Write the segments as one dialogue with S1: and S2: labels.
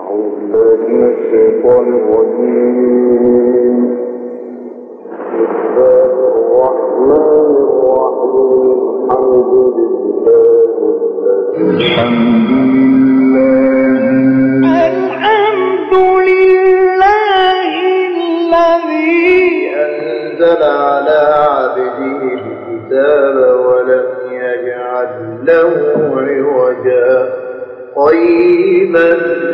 S1: الحمد لله الذي أنزل على عبده الكتاب ولم يجعل له عوجا قيما.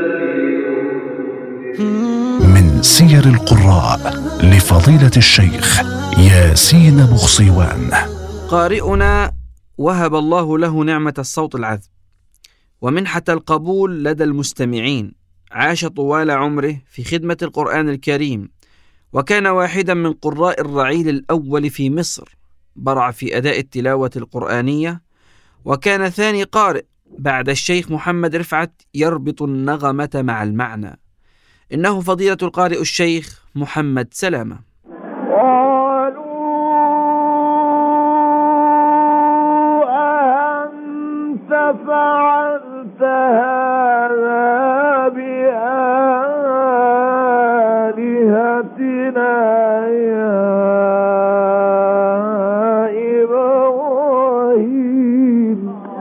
S2: من سير القراء لفضيلة الشيخ ياسين بخصيوان.
S3: قارئنا وهب الله له نعمة الصوت العذب ومنحة القبول لدى المستمعين، عاش طوال عمره في خدمة القرآن الكريم، وكان واحدا من قراء الرعيل الأول في مصر، برع في أداء التلاوة القرآنية، وكان ثاني قارئ بعد الشيخ محمد رفعت يربط النغمة مع المعنى. إنه فضيلة القارئ الشيخ محمد سلامة.
S1: فعلت هذا بآلهتنا يا إبراهيم.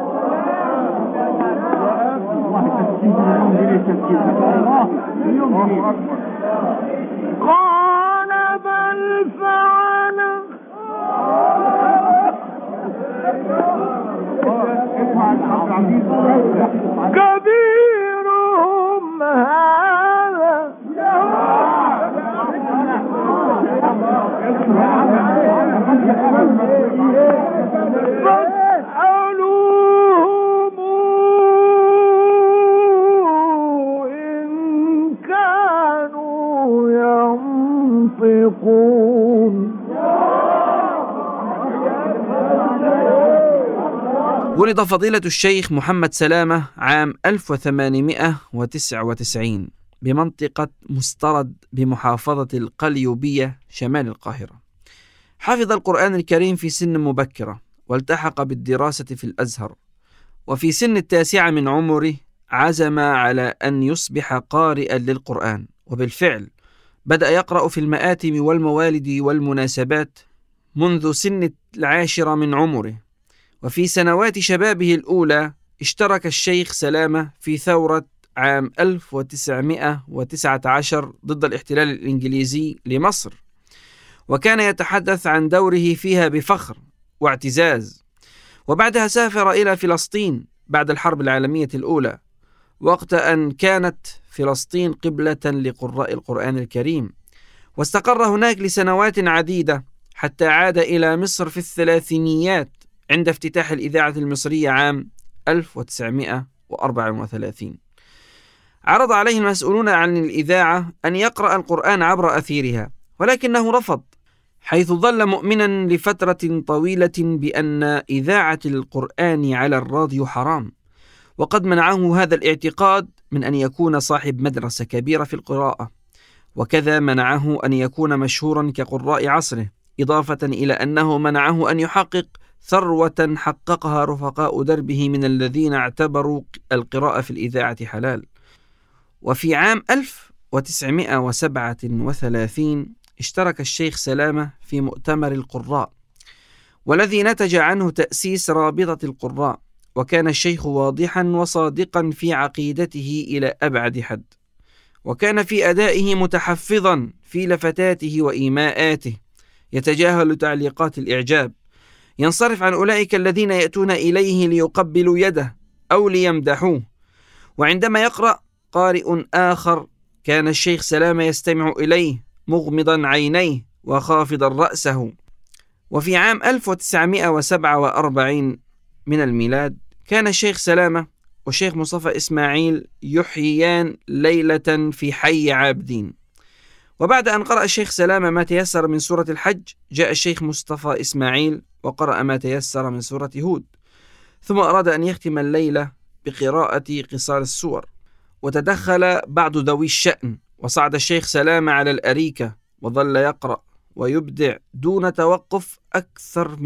S1: قال بل فعله كبيرهم هذا فاسألوهم إن كانوا ينطقون.
S3: ولد فضيلة الشيخ محمد سلامة عام 1899 بمنطقة مسترد بمحافظة القليوبية شمال القاهرة. حفظ القرآن الكريم في سن مبكرة، والتحق بالدراسة في الأزهر، وفي سن 9 من عمره عزم على أن يصبح قارئا للقرآن، وبالفعل بدأ يقرأ في المآتم والموالد والمناسبات منذ سن 10 من عمره. وفي سنوات شبابه الأولى اشترك الشيخ سلامة في ثورة عام 1919 ضد الاحتلال الإنجليزي لمصر، وكان يتحدث عن دوره فيها بفخر واعتزاز. وبعدها سافر إلى فلسطين بعد الحرب العالمية الأولى، وقت أن كانت فلسطين قبلة لقراء القرآن الكريم، واستقر هناك لسنوات عديدة حتى عاد إلى مصر في الثلاثينيات عند افتتاح الإذاعة المصرية عام 1934. عرض عليه المسؤولون عن الإذاعة أن يقرأ القرآن عبر أثيرها، ولكنه رفض، حيث ظل مؤمنا لفترة طويلة بأن إذاعة القرآن على الراديو حرام، وقد منعه هذا الاعتقاد من أن يكون صاحب مدرسة كبيرة في القراءة، وكذا منعه أن يكون مشهورا كقراء عصره، إضافة إلى أنه منعه أن يحقق ثروة حققها رفقاء دربه من الذين اعتبروا القراءة في الإذاعة حلال. وفي عام 1937 اشترك الشيخ سلامة في مؤتمر القراء، والذي نتج عنه تأسيس رابطة القراء، وكان الشيخ واضحا وصادقا في عقيدته إلى أبعد حد، وكان في أدائه متحفظا في لفتاته وإيماءاته، يتجاهل تعليقات الإعجاب، ينصرف عن أولئك الذين يأتون إليه ليقبلوا يده أو ليمدحوه. وعندما يقرأ قارئ آخر كان الشيخ سلامة يستمع إليه مغمضا عينيه وخافضا رأسه. وفي عام 1947 من الميلاد كان الشيخ سلامة والشيخ مصطفى إسماعيل يحييان ليلة في حي عابدين. وبعد أن قرأ الشيخ سلامة ما تيسر من سورة الحج، جاء الشيخ مصطفى إسماعيل وقرأ ما تيسر من سورة هود، ثم أراد أن يختم الليلة بقراءة قصار السور، وتدخل بعض ذوي الشأن، وصعد الشيخ سلامة على الأريكة وظل يقرأ ويبدع دون توقف أكثر